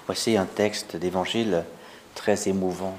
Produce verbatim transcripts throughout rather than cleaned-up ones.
Voici un texte d'évangile très émouvant.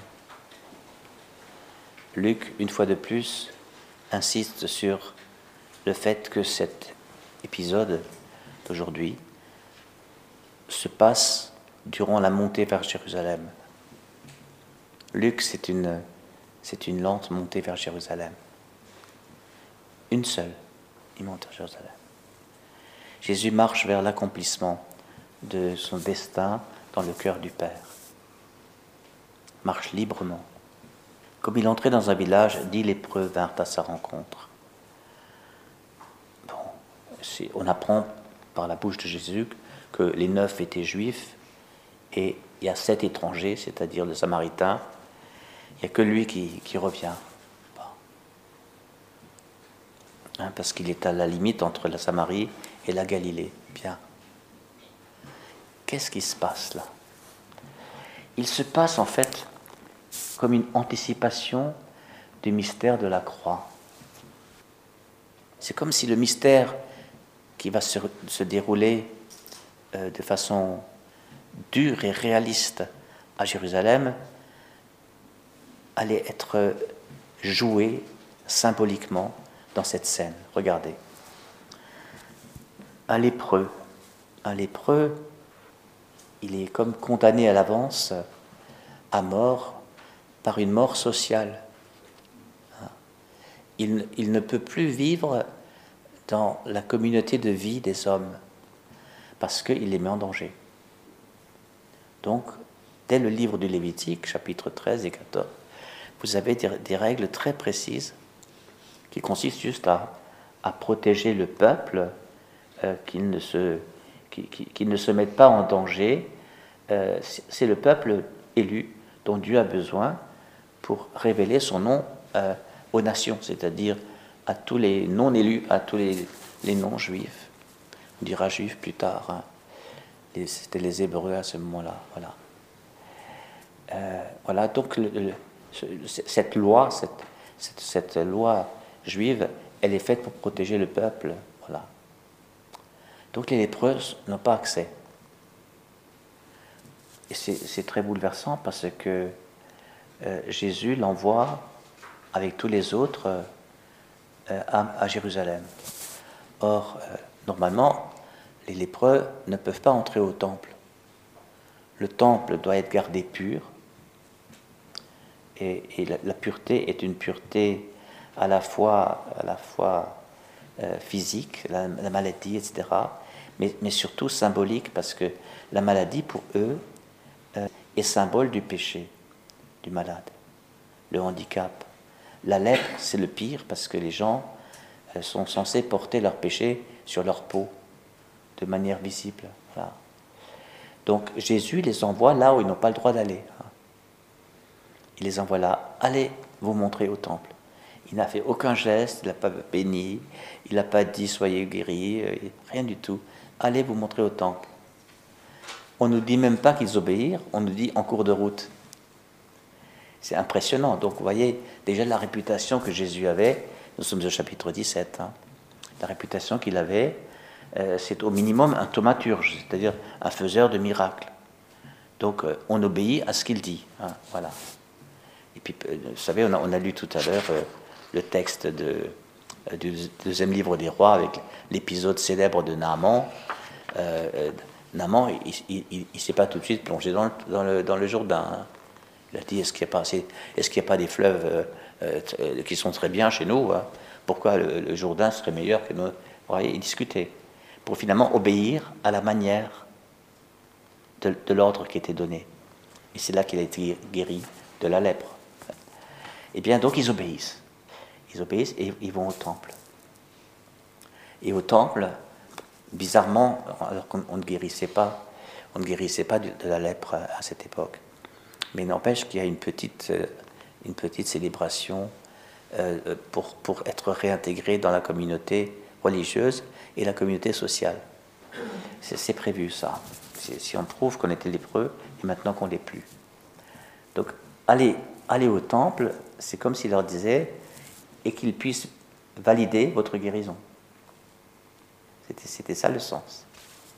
Luc, une fois de plus, insiste sur le fait que cet épisode d'aujourd'hui se passe durant la montée vers Jérusalem. Luc, c'est une, c'est une lente montée vers Jérusalem. Une seule, il monte vers Jérusalem. Jésus marche vers l'accomplissement de son destin dans le cœur du Père. Marche librement. Comme il entrait dans un village, dix lépreux vinrent à sa rencontre. Bon, c'est, on apprend par la bouche de Jésus que les neuf étaient juifs et il y a sept étrangers, c'est-à-dire le Samaritain. Il n'y a que lui qui, qui revient. Bon. Hein, parce qu'il est à la limite entre la Samarie et la Galilée. Bien. Qu'est-ce qui se passe là? Il se passe en fait comme une anticipation du mystère de la croix. C'est comme si le mystère qui va se, se dérouler euh, de façon dure et réaliste à Jérusalem allait être joué symboliquement dans cette scène. Regardez. Un lépreux. Un lépreux, il est comme condamné à l'avance à mort par une mort sociale. Il, il ne peut plus vivre dans la communauté de vie des hommes parce qu'il les met en danger. Donc, dès le livre du Lévitique, chapitre treize et quatorze, vous avez des, des règles très précises qui consistent juste à, à protéger le peuple, euh, qu'il ne se, qui, qui, qui ne se mette pas en danger. Euh, c'est le peuple élu dont Dieu a besoin pour révéler son nom euh, aux nations, c'est-à-dire à tous les non-élus, à tous les, les non-juifs. On dira juifs plus tard. Hein. Et c'était les Hébreux à ce moment-là. Voilà. Euh, voilà. Donc le, le, cette loi, cette, cette, cette loi juive, elle est faite pour protéger le peuple. Voilà. Donc les lépreux n'ont pas accès. Et c'est, c'est très bouleversant parce que euh, Jésus l'envoie avec tous les autres euh, à, à Jérusalem. Or, euh, normalement, les lépreux ne peuvent pas entrer au temple. Le temple doit être gardé pur. Et, et la, la pureté est une pureté à la fois, à la fois euh, physique, la, la maladie, et cetera, mais, mais surtout symbolique, parce que la maladie, pour eux, euh, est symbole du péché, du malade, le handicap. La lèpre, c'est le pire, parce que les gens euh, sont censés porter leur péché sur leur peau, de manière visible. Voilà. Donc Jésus les envoie là où ils n'ont pas le droit d'aller. Il les envoie là, allez vous montrer au temple. Il n'a fait aucun geste, il n'a pas béni, il n'a pas dit soyez guéris, rien du tout. Allez vous montrer au temple. On ne nous dit même pas qu'ils obéirent, on nous dit en cours de route. C'est impressionnant. Donc vous voyez déjà la réputation que Jésus avait, nous sommes au chapitre dix-sept, hein, la réputation qu'il avait, euh, c'est au minimum un thaumaturge, c'est-à-dire un faiseur de miracles. Donc euh, on obéit à ce qu'il dit. Hein, voilà. Et puis, vous savez, on a, on a lu tout à l'heure euh, le texte de, euh, du deuxième livre des rois avec l'épisode célèbre de Naaman. Euh, euh, Naaman, il ne s'est pas tout de suite plongé dans le, dans le, dans le Jourdain. Hein. Il a dit, est-ce qu'il n'y a, a pas des fleuves euh, euh, qui sont très bien chez nous? Hein? Pourquoi le, le Jourdain serait meilleur que nous? Vous voyez, il discutait. Pour finalement obéir à la manière de, de l'ordre qui était donné. Et c'est là qu'il a été guéri de la lèpre. Eh bien, donc, ils obéissent. Ils obéissent et ils vont au temple. Et au temple, bizarrement, alors qu'on ne guérissait pas, on ne guérissait pas de, de la lèpre à, à cette époque. Mais n'empêche qu'il y a une petite, une petite célébration euh, pour, pour être réintégré dans la communauté religieuse et la communauté sociale. C'est, c'est prévu, ça. C'est, si on prouve qu'on était lépreux, et maintenant qu'on ne l'est plus. Donc, allez, allez au temple, c'est comme s'il leur disait, et qu'ils puissent valider votre guérison. C'était, c'était ça le sens.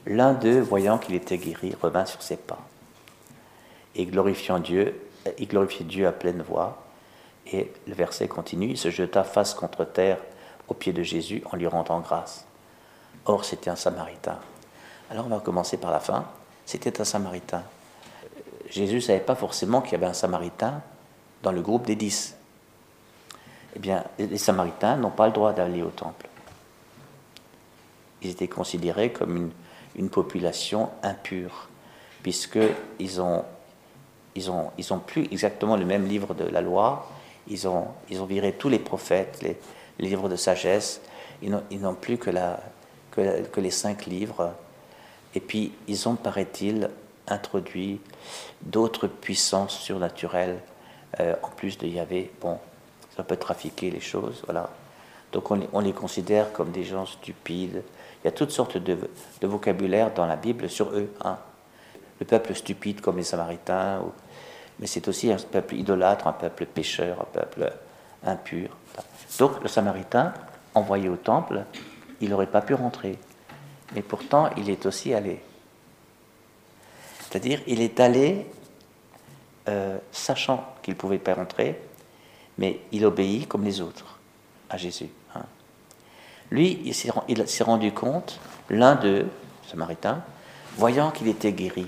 L'un d'eux, voyant qu'il était guéri, revint sur ses pas. Et glorifiant Dieu, il glorifiait Dieu à pleine voix. Et le verset continue, il se jeta face contre terre aux pieds de Jésus en lui rendant grâce. Or, c'était un Samaritain. Alors, on va commencer par la fin. C'était un Samaritain. Jésus ne savait pas forcément qu'il y avait un Samaritain dans le groupe des dix. Eh bien, les Samaritains n'ont pas le droit d'aller au temple. Ils étaient considérés comme une, une population impure, puisqu'ils ont, ils ont, ils ont plus exactement le même livre de la loi, ils ont, ils ont viré tous les prophètes, les, les livres de sagesse, ils n'ont, ils n'ont plus que, la, que, que les cinq livres, et puis ils ont, paraît-il, introduit d'autres puissances surnaturelles, euh, en plus de Yahvé. Bon, ça peut trafiquer les choses, voilà. Donc on les, on les considère comme des gens stupides. Il y a toutes sortes de, de vocabulaire dans la Bible sur eux. Hein. Le peuple stupide comme les Samaritains, ou, mais c'est aussi un peuple idolâtre, un peuple pécheur, un peuple impur. Donc le Samaritain, envoyé au temple, il n'aurait pas pu rentrer. Mais pourtant, il est aussi allé. C'est-à-dire, il est allé euh, sachant qu'il ne pouvait pas rentrer, mais il obéit comme les autres à Jésus. Hein. Lui, il s'est, il s'est rendu compte, l'un d'eux, Samaritain, voyant qu'il était guéri.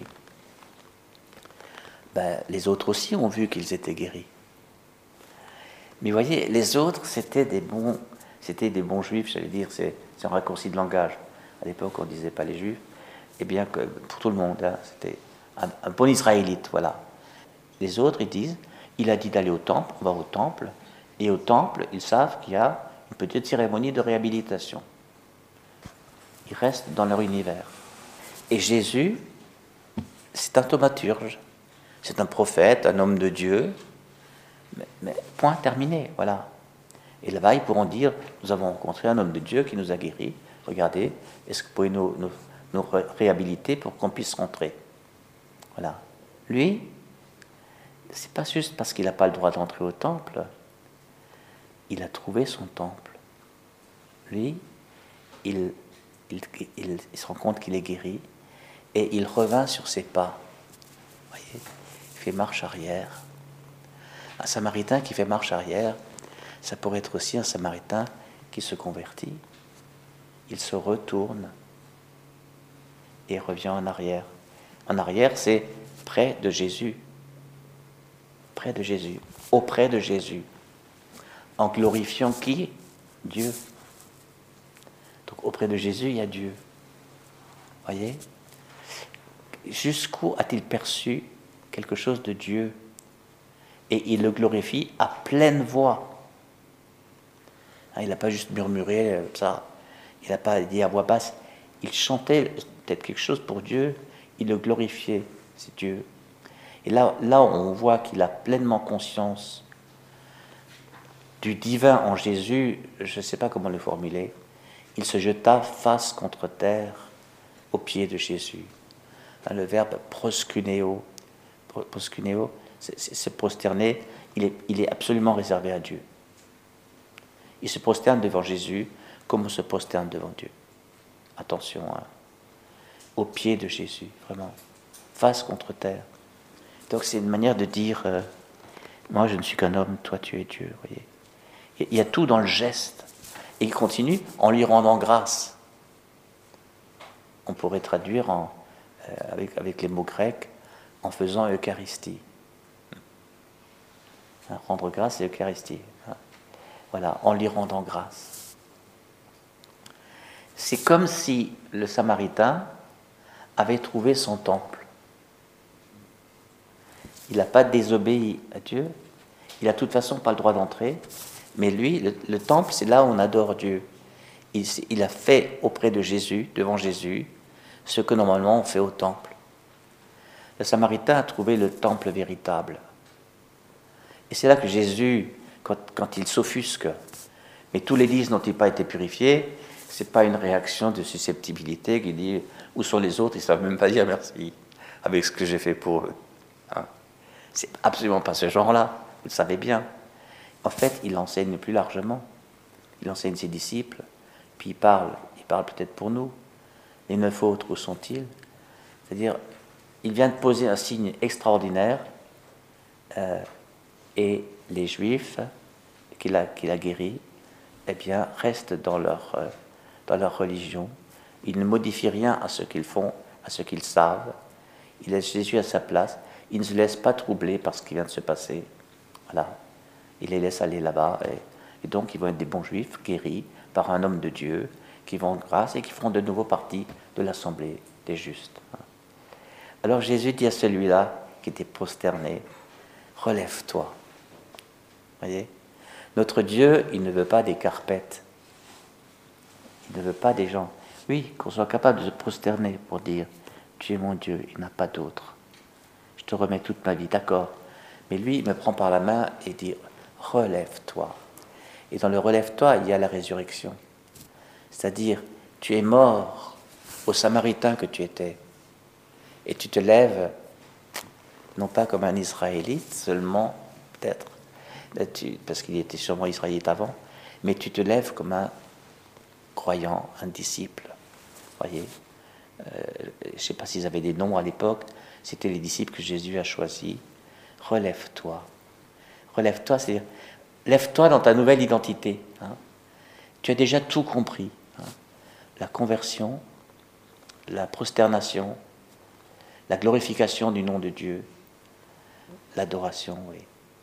Ben, les autres aussi ont vu qu'ils étaient guéris. Mais vous voyez, les autres, c'était des bons, c'était des bons juifs, j'allais dire, c'est, c'est un raccourci de langage. À l'époque, on ne disait pas les juifs. Eh bien, que, pour tout le monde, hein, c'était un, un bon israélite, voilà. Les autres, ils disent, il a dit d'aller au temple, on va au temple, et au temple, ils savent qu'il y a une petite cérémonie de réhabilitation. Ils restent dans leur univers. Et Jésus, c'est un thaumaturge, c'est un prophète, un homme de Dieu, mais, mais point terminé, voilà. Et là-bas, ils pourront dire, nous avons rencontré un homme de Dieu qui nous a guéris, regardez, est-ce que vous pouvez nous, nous, nous réhabiliter pour qu'on puisse rentrer? Voilà. Lui, c'est pas juste parce qu'il n'a pas le droit d'entrer au temple, il a trouvé son temple. Lui, il, il, il, il se rend compte qu'il est guéri et il revint sur ses pas. Vous voyez, il fait marche arrière. Un Samaritain qui fait marche arrière, ça pourrait être aussi un Samaritain qui se convertit. Il se retourne et revient en arrière. En arrière, c'est près de Jésus. Près de Jésus. Auprès de Jésus. En glorifiant qui? Dieu. Donc auprès de Jésus, il y a Dieu. Voyez? Jusqu'où a-t-il perçu quelque chose de Dieu? Et il le glorifie à pleine voix. Hein, il n'a pas juste murmuré euh, ça. Il n'a pas dit à voix basse. Il chantait peut-être quelque chose pour Dieu. Il le glorifiait, c'est Dieu. Et là, là, on voit qu'il a pleinement conscience du divin en Jésus. Je ne sais pas comment le formuler. Il se jeta face contre terre aux pieds de Jésus. Hein, le verbe proskuneo, proskuneo, c'est, c'est, se prosterner, il est, il est absolument réservé à Dieu. Il se prosterne devant Jésus comme on se prosterne devant Dieu. Attention, hein, aux pieds de Jésus, vraiment, face contre terre. Donc c'est une manière de dire, euh, moi je ne suis qu'un homme, toi tu es Dieu. Voyez. Il y a tout dans le geste. Et il continue en lui rendant grâce. On pourrait traduire en, euh, avec, avec les mots grecs en faisant Eucharistie. Hein, rendre grâce, c'est Eucharistie. Hein. Voilà, en lui rendant grâce. C'est comme si le Samaritain avait trouvé son temple. Il n'a pas désobéi à Dieu. Il n'a de toute façon pas le droit d'entrer. Mais lui, le, le temple, c'est là où on adore Dieu. Il, il a fait auprès de Jésus, devant Jésus, ce que normalement on fait au temple. Le Samaritain a trouvé le temple véritable. Et c'est là que Jésus, quand, quand il s'offusque, mais tous les dix n'ont-ils pas été purifiés, ce n'est pas une réaction de susceptibilité qui dit « Où sont les autres ?» Ils ne savent même pas dire merci avec ce que j'ai fait pour eux. Hein. C'est absolument pas ce genre-là, vous le savez bien. En fait, il enseigne plus largement. Il enseigne ses disciples, puis il parle, il parle peut-être pour nous. les neuf autres, où sont-ils? C'est-à-dire, il vient de poser un signe extraordinaire, euh, et les Juifs qu'il a, qu'il a guéris, eh bien, restent dans leur, euh, dans leur religion. Ils ne modifient rien à ce qu'ils font, à ce qu'ils savent. Ils laissent Jésus à sa place. Ils ne se laissent pas troubler par ce qui vient de se passer. Voilà. Ils les laissent aller là-bas. Et, et donc, ils vont être des bons Juifs, guéris par un homme de Dieu, qui vont en grâce et qui feront de nouveau partie de l'assemblée des justes. Alors Jésus dit à celui-là qui était prosterné, « Relève-toi. » Voyez ? Notre Dieu, il ne veut pas des carpettes. Il ne veut pas des gens. Oui, qu'on soit capable de se prosterner pour dire, « Tu es mon Dieu, il n'y en a pas d'autre. Je te remets toute ma vie, d'accord. » Mais lui, il me prend par la main et dit, « Relève-toi. » Et dans le relève-toi, il y a la résurrection. C'est-à-dire, tu es mort au Samaritain que tu étais. Et tu te lèves, non pas comme un Israélite seulement, peut-être, parce qu'il était sûrement Israélite avant, mais tu te lèves comme un croyant, un disciple. Voyez, euh, je ne sais pas s'ils avaient des noms à l'époque, c'était les disciples que Jésus a choisis. Relève-toi. Relève-toi, c'est-à-dire, lève-toi dans ta nouvelle identité. Hein. Tu as déjà tout compris. Hein. La conversion, la prosternation, la glorification du nom de Dieu, l'adoration, oui.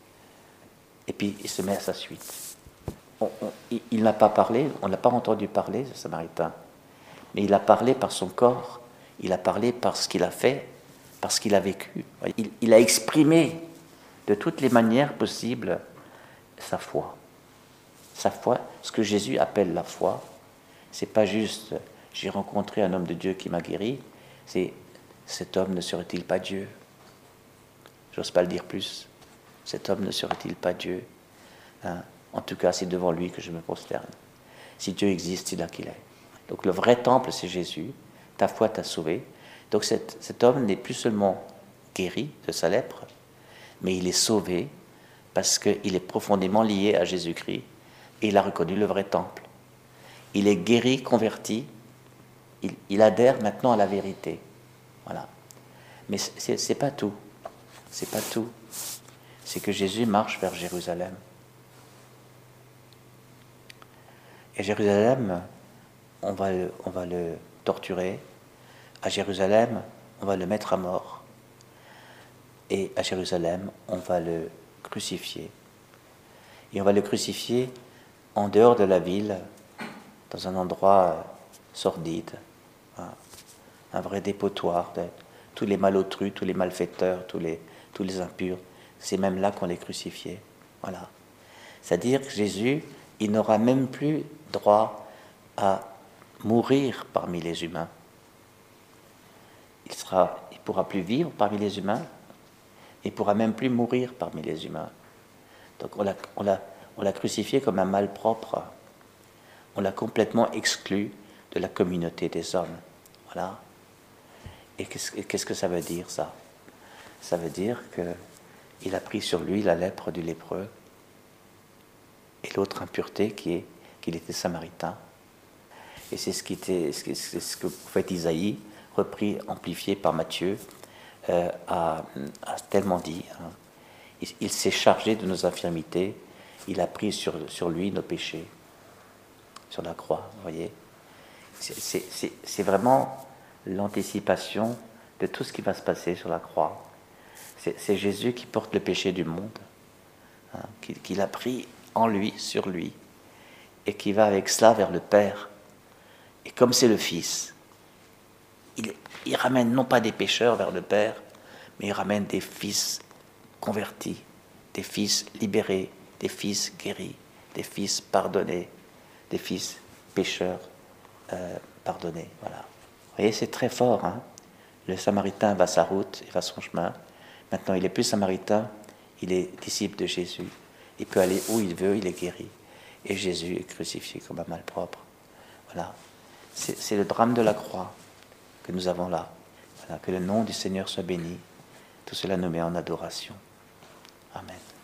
Et puis il se met à sa suite. On, on, il, il n'a pas parlé, on n'a pas entendu parler, ce Samaritain, mais il a parlé par son corps, il a parlé par ce qu'il a fait, par ce qu'il a vécu. Il, il a exprimé de toutes les manières possibles sa foi. Sa foi, ce que Jésus appelle la foi, c'est pas juste j'ai rencontré un homme de Dieu qui m'a guéri, c'est cet homme ne serait-il pas Dieu? J'ose pas le dire plus. Cet homme ne serait-il pas Dieu? Hein? En tout cas, c'est devant lui que je me prosterne. Si Dieu existe, c'est là qu'il est. Donc le vrai temple, c'est Jésus. Ta foi t'a sauvé. Donc cet, cet homme n'est plus seulement guéri de sa lèpre, mais il est sauvé parce qu'il est profondément lié à Jésus-Christ et il a reconnu le vrai temple. Il est guéri, converti, il, il adhère maintenant à la vérité. Voilà. Mais c'est, c'est pas tout. C'est pas tout. C'est que Jésus marche vers Jérusalem. Et Jérusalem, on va, le, on va le torturer. À Jérusalem, on va le mettre à mort. Et à Jérusalem, on va le crucifier. Et on va le crucifier en dehors de la ville, dans un endroit sordide, hein, un vrai dépotoir de tous les malotrus, tous les malfaiteurs, tous les, tous les impurs. C'est même là qu'on les crucifiait. Voilà. C'est-à-dire que Jésus, il n'aura même plus droit à mourir parmi les humains. Il sera, il pourra plus vivre parmi les humains, il pourra même plus mourir parmi les humains. Donc on l'a, on l'a, on l'a crucifié comme un malpropre. On l'a complètement exclu de la communauté des hommes. Voilà. Et qu'est-ce, qu'est-ce que ça veut dire, ça? Ça veut dire qu'il a pris sur lui la lèpre du lépreux et l'autre impureté qui est qu'il était samaritain. Et c'est ce, qui était, c'est ce que le prophète Isaïe, repris, amplifié par Matthieu, euh, a, a tellement dit. Hein. Il, il s'est chargé de nos infirmités, il a pris sur, sur lui nos péchés, sur la croix, vous voyez. C'est, c'est, c'est, c'est vraiment l'anticipation de tout ce qui va se passer sur la croix. C'est, c'est Jésus qui porte le péché du monde, hein, qu'il, qu'il a pris en lui, sur lui, et qui va avec cela vers le Père. Et comme c'est le Fils, il, il ramène non pas des pécheurs vers le Père, mais il ramène des fils convertis, des fils libérés, des fils guéris, des fils pardonnés, des fils pécheurs euh, pardonnés. Voilà. Vous voyez, c'est très fort. Hein. Le Samaritain va sa route, il va son chemin. Maintenant, il n'est plus Samaritain, il est disciple de Jésus. Il peut aller où il veut, il est guéri. Et Jésus est crucifié comme un malpropre. Voilà. C'est, c'est le drame de la croix que nous avons là. Voilà. Que le nom du Seigneur soit béni. Tout cela nous met en adoration. Amen.